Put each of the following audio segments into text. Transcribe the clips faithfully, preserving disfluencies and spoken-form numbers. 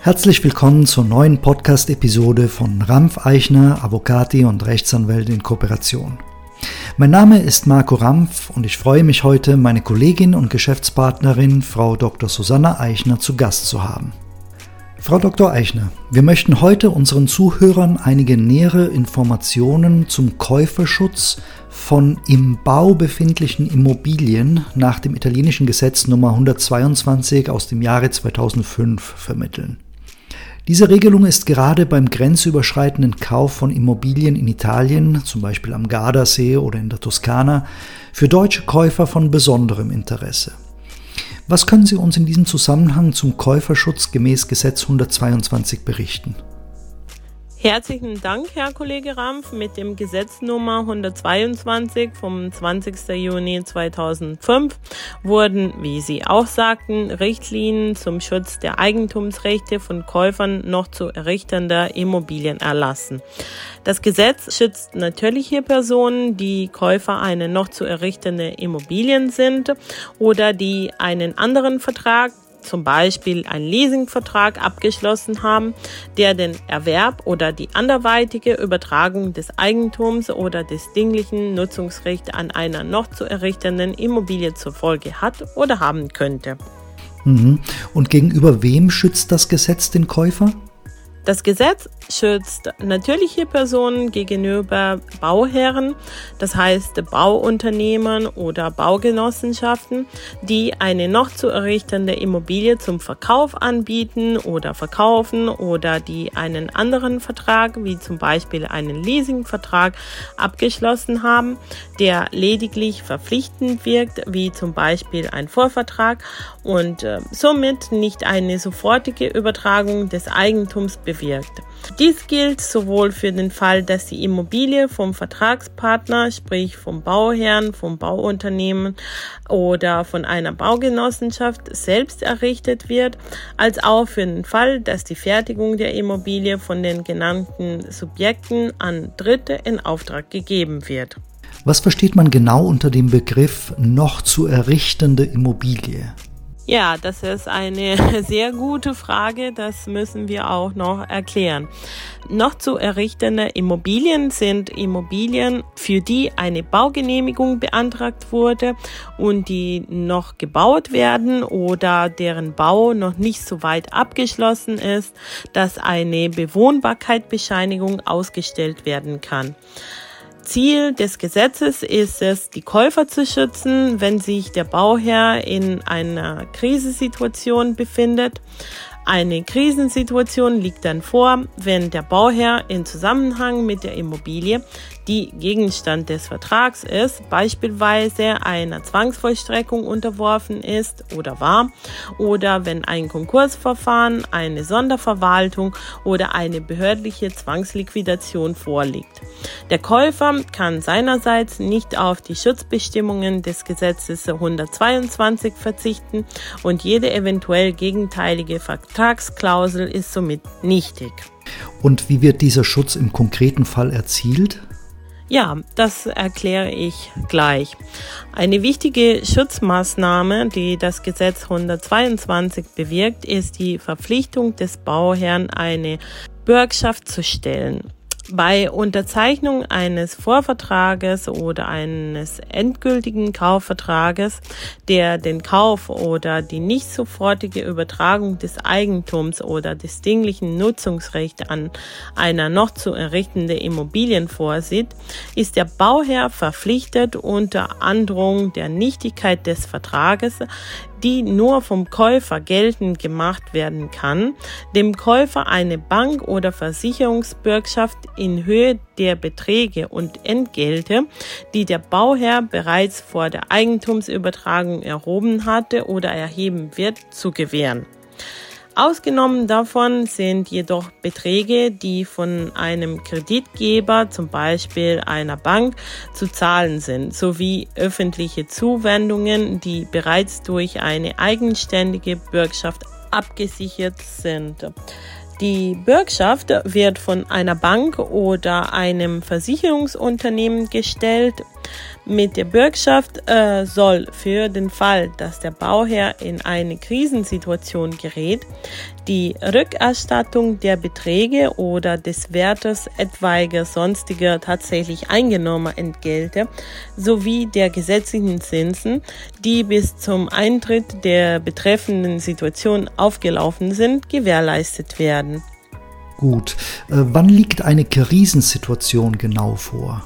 Herzlich willkommen zur neuen Podcast-Episode von Rampf Eichner, Avocati und Rechtsanwälte in Kooperation. Mein Name ist Marco Rampf und ich freue mich heute, meine Kollegin und Geschäftspartnerin Frau Doktor Susanna Eichner zu Gast zu haben. Frau Doktor Eichner, wir möchten heute unseren Zuhörern einige nähere Informationen zum Käuferschutz von im Bau befindlichen Immobilien nach dem italienischen Gesetz Nummer hundertzweiundzwanzig aus dem Jahre zweitausendfünf vermitteln. Diese Regelung ist gerade beim grenzüberschreitenden Kauf von Immobilien in Italien, zum Beispiel am Gardasee oder in der Toskana, für deutsche Käufer von besonderem Interesse. Was können Sie uns in diesem Zusammenhang zum Käuferschutz gemäß Gesetz hundertzweiundzwanzig berichten? Herzlichen Dank, Herr Kollege Rampf. Mit dem Gesetz Nummer hundertzweiundzwanzig vom zwanzigsten Juni zweitausendfünf wurden, wie Sie auch sagten, Richtlinien zum Schutz der Eigentumsrechte von Käufern noch zu errichtender Immobilien erlassen. Das Gesetz schützt natürliche Personen, die Käufer einer noch zu errichtenden Immobilien sind oder die einen anderen Vertrag, zum Beispiel einen Leasingvertrag abgeschlossen haben, der den Erwerb oder die anderweitige Übertragung des Eigentums oder des dinglichen Nutzungsrechts an einer noch zu errichtenden Immobilie zur Folge hat oder haben könnte. Mhm. Und gegenüber wem schützt das Gesetz den Käufer? Das Gesetz schützt natürliche Personen gegenüber Bauherren, das heißt Bauunternehmen oder Baugenossenschaften, die eine noch zu errichtende Immobilie zum Verkauf anbieten oder verkaufen oder die einen anderen Vertrag, wie zum Beispiel einen Leasingvertrag, abgeschlossen haben, der lediglich verpflichtend wirkt, wie zum Beispiel ein Vorvertrag und äh, somit nicht eine sofortige Übertragung des Eigentums bewirkt. Wirkt. Dies gilt sowohl für den Fall, dass die Immobilie vom Vertragspartner, sprich vom Bauherrn, vom Bauunternehmen oder von einer Baugenossenschaft selbst errichtet wird, als auch für den Fall, dass die Fertigung der Immobilie von den genannten Subjekten an Dritte in Auftrag gegeben wird. Was versteht man genau unter dem Begriff noch zu errichtende Immobilie? Ja, das ist eine sehr gute Frage, das müssen wir auch noch erklären. Noch zu errichtende Immobilien sind Immobilien, für die eine Baugenehmigung beantragt wurde und die noch gebaut werden oder deren Bau noch nicht so weit abgeschlossen ist, dass eine Bewohnbarkeitsbescheinigung ausgestellt werden kann. Ziel des Gesetzes ist es, die Käufer zu schützen, wenn sich der Bauherr in einer Krisensituation befindet. Eine Krisensituation liegt dann vor, wenn der Bauherr in Zusammenhang mit der Immobilie, die Gegenstand des Vertrags ist, beispielsweise einer Zwangsvollstreckung unterworfen ist oder war, oder wenn ein Konkursverfahren, eine Sonderverwaltung oder eine behördliche Zwangsliquidation vorliegt. Der Käufer kann seinerseits nicht auf die Schutzbestimmungen des Gesetzes hundertzweiundzwanzig verzichten und jede eventuell gegenteilige Vertragsklausel ist somit nichtig. Und wie wird dieser Schutz im konkreten Fall erzielt? Ja, das erkläre ich gleich. Eine wichtige Schutzmaßnahme, die das Gesetz hundertzweiundzwanzig bewirkt, ist die Verpflichtung des Bauherrn, eine Bürgschaft zu stellen. Bei Unterzeichnung eines Vorvertrages oder eines endgültigen Kaufvertrages, der den Kauf oder die nicht sofortige Übertragung des Eigentums oder des dinglichen Nutzungsrechts an einer noch zu errichtende Immobilien vorsieht, ist der Bauherr verpflichtet, unter Androhung der Nichtigkeit des Vertrages, die nur vom Käufer geltend gemacht werden kann, dem Käufer eine Bank- oder Versicherungsbürgschaft in Höhe der Beträge und Entgelte, die der Bauherr bereits vor der Eigentumsübertragung erhoben hatte oder erheben wird, zu gewähren. Ausgenommen davon sind jedoch Beträge, die von einem Kreditgeber, zum Beispiel einer Bank, zu zahlen sind, sowie öffentliche Zuwendungen, die bereits durch eine eigenständige Bürgschaft abgesichert sind. Die Bürgschaft wird von einer Bank oder einem Versicherungsunternehmen gestellt. Mit der Bürgschaft äh, soll für den Fall, dass der Bauherr in eine Krisensituation gerät, die Rückerstattung der Beträge oder des Wertes etwaiger sonstiger tatsächlich eingenommener Entgelte sowie der gesetzlichen Zinsen, die bis zum Eintritt der betreffenden Situation aufgelaufen sind, gewährleistet werden. Gut, äh, wann liegt eine Krisensituation genau vor?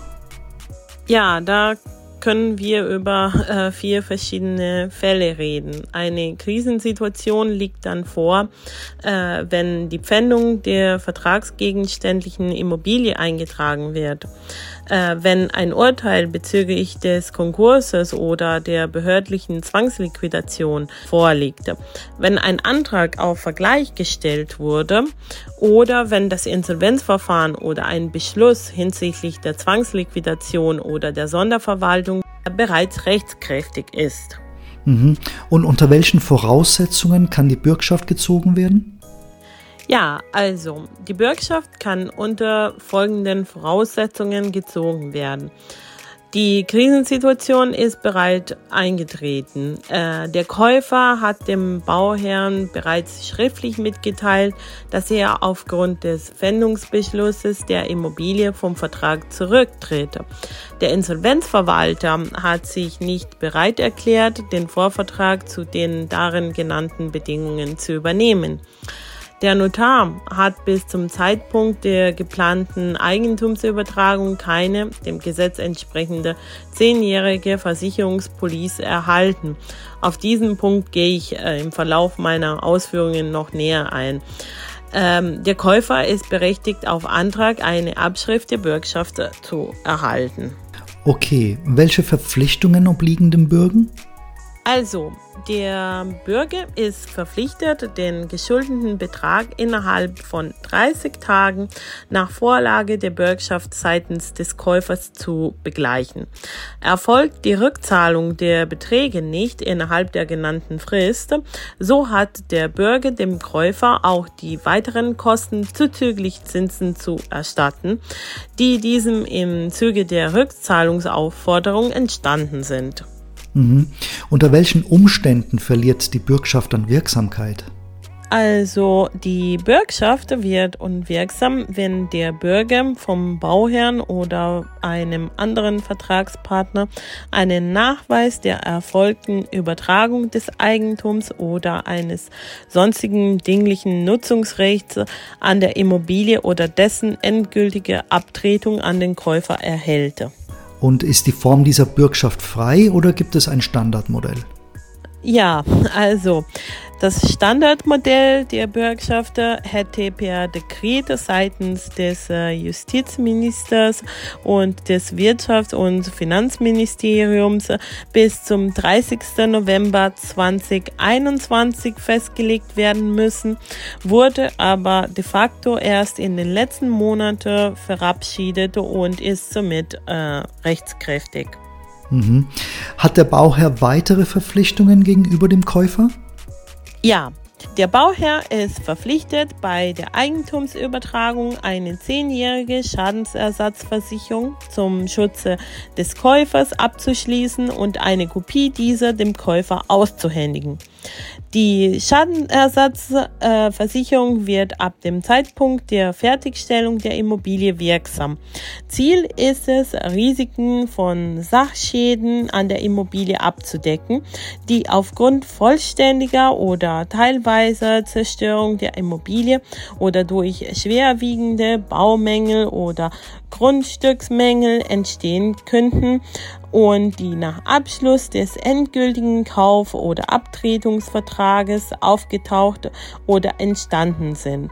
Ja, da können wir über äh, vier verschiedene Fälle reden. Eine Krisensituation liegt dann vor, äh, wenn die Pfändung der vertragsgegenständlichen Immobilie eingetragen wird, äh, wenn ein Urteil bezüglich des Konkurses oder der behördlichen Zwangsliquidation vorliegt, wenn ein Antrag auf Vergleich gestellt wurde oder wenn das Insolvenzverfahren oder ein Beschluss hinsichtlich der Zwangsliquidation oder der Sonderverwaltung bereits rechtskräftig ist. Mhm. Und unter welchen Voraussetzungen kann die Bürgschaft gezogen werden? Ja, also die Bürgschaft kann unter folgenden Voraussetzungen gezogen werden. Die Krisensituation ist bereits eingetreten. Äh, der Käufer hat dem Bauherrn bereits schriftlich mitgeteilt, dass er aufgrund des Pfändungsbeschlusses der Immobilie vom Vertrag zurücktritt. Der Insolvenzverwalter hat sich nicht bereit erklärt, den Vorvertrag zu den darin genannten Bedingungen zu übernehmen. Der Notar hat bis zum Zeitpunkt der geplanten Eigentumsübertragung keine dem Gesetz entsprechende zehnjährige Versicherungspolice erhalten. Auf diesen Punkt gehe ich äh, im Verlauf meiner Ausführungen noch näher ein. Ähm, der Käufer ist berechtigt, auf Antrag eine Abschrift der Bürgschaft zu erhalten. Okay, welche Verpflichtungen obliegen dem Bürgen? Also, der Bürger ist verpflichtet, den geschuldeten Betrag innerhalb von dreißig Tagen nach Vorlage der Bürgschaft seitens des Käufers zu begleichen. Erfolgt die Rückzahlung der Beträge nicht innerhalb der genannten Frist, so hat der Bürger dem Käufer auch die weiteren Kosten zuzüglich Zinsen zu erstatten, die diesem im Zuge der Rückzahlungsaufforderung entstanden sind. Mhm. Unter welchen Umständen verliert die Bürgschaft an Wirksamkeit? Also die Bürgschaft wird unwirksam, wenn der Bürger vom Bauherrn oder einem anderen Vertragspartner einen Nachweis der erfolgten Übertragung des Eigentums oder eines sonstigen dinglichen Nutzungsrechts an der Immobilie oder dessen endgültige Abtretung an den Käufer erhält. Und ist die Form dieser Bürgschaft frei oder gibt es ein Standardmodell? Ja, also das Standardmodell der Bürgschaft hätte per Dekret seitens des Justizministers und des Wirtschafts- und Finanzministeriums bis zum dreißigsten November zweitausendeinundzwanzig festgelegt werden müssen, wurde aber de facto erst in den letzten Monaten verabschiedet und ist somit äh, rechtskräftig. Mhm. Hat der Bauherr weitere Verpflichtungen gegenüber dem Käufer? Ja, der Bauherr ist verpflichtet, bei der Eigentumsübertragung eine zehnjährige Schadensersatzversicherung zum Schutze des Käufers abzuschließen und eine Kopie dieser dem Käufer auszuhändigen. Die Schadenersatzversicherung äh, wird ab dem Zeitpunkt der Fertigstellung der Immobilie wirksam. Ziel ist es, Risiken von Sachschäden an der Immobilie abzudecken, die aufgrund vollständiger oder teilweiser Zerstörung der Immobilie oder durch schwerwiegende Baumängel oder Grundstücksmängel entstehen könnten und die nach Abschluss des endgültigen Kauf- oder Abtretungsvertrages aufgetaucht oder entstanden sind.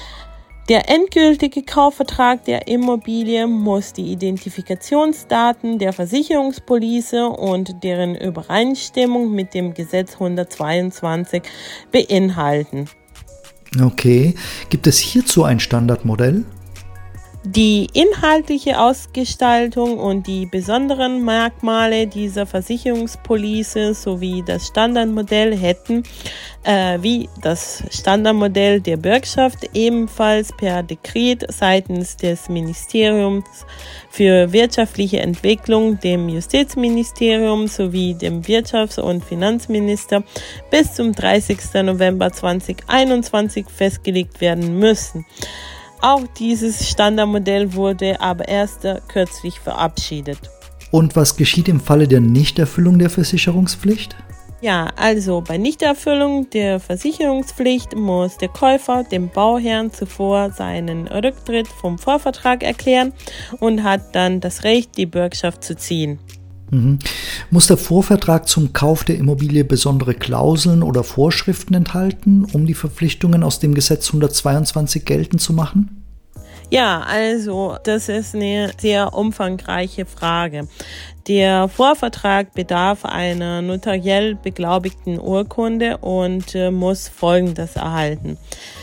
Der endgültige Kaufvertrag der Immobilie muss die Identifikationsdaten der Versicherungspolice und deren Übereinstimmung mit dem Gesetz hundertzweiundzwanzig beinhalten. Okay, gibt es hierzu ein Standardmodell? Die inhaltliche Ausgestaltung und die besonderen Merkmale dieser Versicherungspolice sowie das Standardmodell hätten, äh, wie das Standardmodell der Bürgschaft, ebenfalls per Dekret seitens des Ministeriums für wirtschaftliche Entwicklung, dem Justizministerium sowie dem Wirtschafts- und Finanzminister bis zum dreißigsten November zweitausendeinundzwanzig festgelegt werden müssen. Auch dieses Standardmodell wurde aber erst kürzlich verabschiedet. Und was geschieht im Falle der Nichterfüllung der Versicherungspflicht? Ja, also bei Nichterfüllung der Versicherungspflicht muss der Käufer dem Bauherrn zuvor seinen Rücktritt vom Vorvertrag erklären und hat dann das Recht, die Bürgschaft zu ziehen. Mhm. Muss der Vorvertrag zum Kauf der Immobilie besondere Klauseln oder Vorschriften enthalten, um die Verpflichtungen aus dem Gesetz hundertzweiundzwanzig geltend zu machen? Ja, also das ist eine sehr umfangreiche Frage. Der Vorvertrag bedarf einer notariell beglaubigten Urkunde und äh, muss Folgendes erhalten.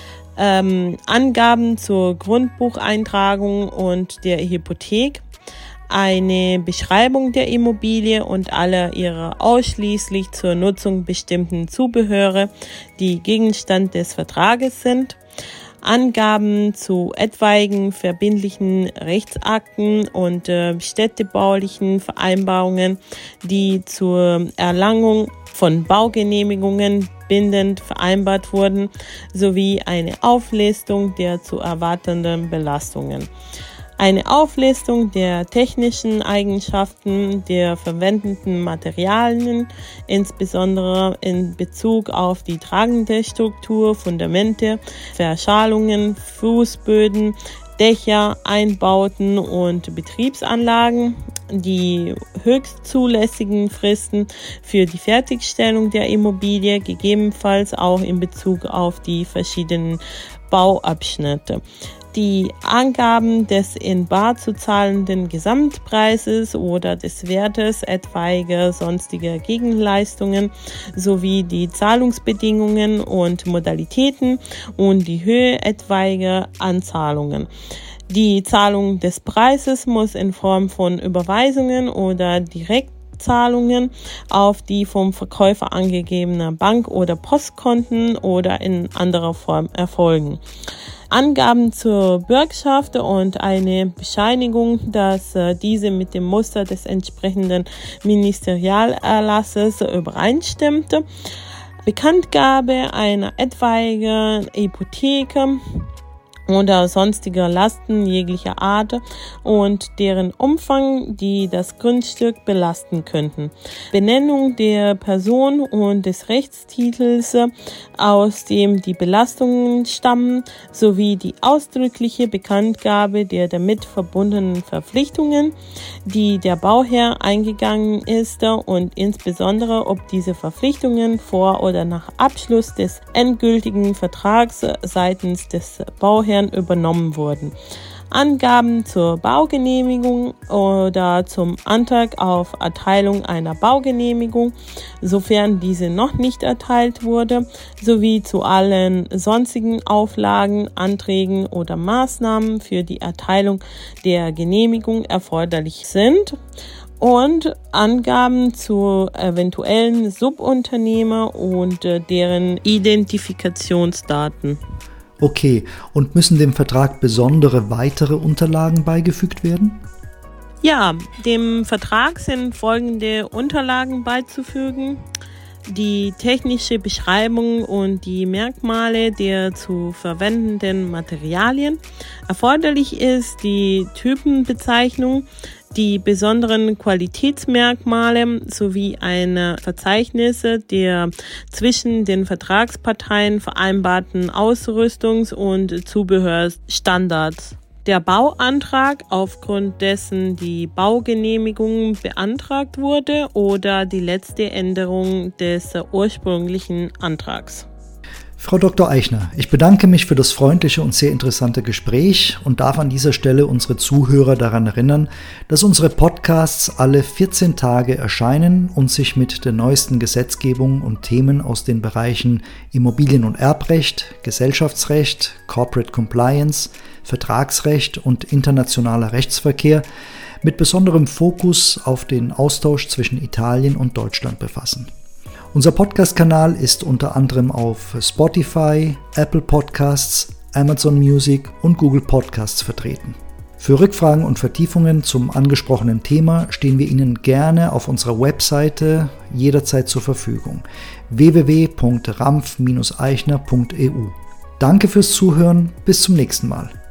Ähm, Angaben zur Grundbucheintragung und der Hypothek, eine Beschreibung der Immobilie und aller ihrer ausschließlich zur Nutzung bestimmten Zubehöre, die Gegenstand des Vertrages sind, Angaben zu etwaigen verbindlichen Rechtsakten und äh, städtebaulichen Vereinbarungen, die zur Erlangung von Baugenehmigungen bindend vereinbart wurden, sowie eine Auflistung der zu erwartenden Belastungen. Eine Auflistung der technischen Eigenschaften der verwendeten Materialien, insbesondere in Bezug auf die tragende Struktur, Fundamente, Verschalungen, Fußböden, Dächer, Einbauten und Betriebsanlagen, die höchstzulässigen Fristen für die Fertigstellung der Immobilie, gegebenenfalls auch in Bezug auf die verschiedenen Bauabschnitte. Die Angaben des in bar zu zahlenden Gesamtpreises oder des Wertes etwaiger sonstiger Gegenleistungen sowie die Zahlungsbedingungen und Modalitäten und die Höhe etwaiger Anzahlungen. Die Zahlung des Preises muss in Form von Überweisungen oder Direktzahlungen auf die vom Verkäufer angegebene Bank- oder Postkonten oder in anderer Form erfolgen. Angaben zur Bürgschaft und eine Bescheinigung, dass äh, diese mit dem Muster des entsprechenden Ministerialerlasses übereinstimmte. Bekanntgabe einer etwaigen Hypotheke oder sonstiger Lasten jeglicher Art und deren Umfang, die das Grundstück belasten könnten. Benennung der Person und des Rechtstitels, aus dem die Belastungen stammen, sowie die ausdrückliche Bekanntgabe der damit verbundenen Verpflichtungen, die der Bauherr eingegangen ist und insbesondere, ob diese Verpflichtungen vor oder nach Abschluss des endgültigen Vertrags seitens des Bauherrn übernommen wurden. Angaben zur Baugenehmigung oder zum Antrag auf Erteilung einer Baugenehmigung, sofern diese noch nicht erteilt wurde, sowie zu allen sonstigen Auflagen, Anträgen oder Maßnahmen für die Erteilung der Genehmigung erforderlich sind. Und Angaben zu eventuellen Subunternehmer und deren Identifikationsdaten. Okay, und müssen dem Vertrag besondere weitere Unterlagen beigefügt werden? Ja, dem Vertrag sind folgende Unterlagen beizufügen: die technische Beschreibung und die Merkmale der zu verwendenden Materialien. Erforderlich ist die Typenbezeichnung, die besonderen Qualitätsmerkmale sowie ein Verzeichnis der zwischen den Vertragsparteien vereinbarten Ausrüstungs- und Zubehörstandards. Der Bauantrag, aufgrund dessen die Baugenehmigung beantragt wurde, oder die letzte Änderung des ursprünglichen Antrags. Frau Doktor Eichner, ich bedanke mich für das freundliche und sehr interessante Gespräch und darf an dieser Stelle unsere Zuhörer daran erinnern, dass unsere Podcasts alle vierzehn Tage erscheinen und sich mit der neuesten Gesetzgebung und Themen aus den Bereichen Immobilien- und Erbrecht, Gesellschaftsrecht, Corporate Compliance, Vertragsrecht und internationaler Rechtsverkehr mit besonderem Fokus auf den Austausch zwischen Italien und Deutschland befassen. Unser Podcast-Kanal ist unter anderem auf Spotify, Apple Podcasts, Amazon Music und Google Podcasts vertreten. Für Rückfragen und Vertiefungen zum angesprochenen Thema stehen wir Ihnen gerne auf unserer Webseite jederzeit zur Verfügung: w w w punkt rampf Bindestrich eichner punkt e u. Danke fürs Zuhören, bis zum nächsten Mal.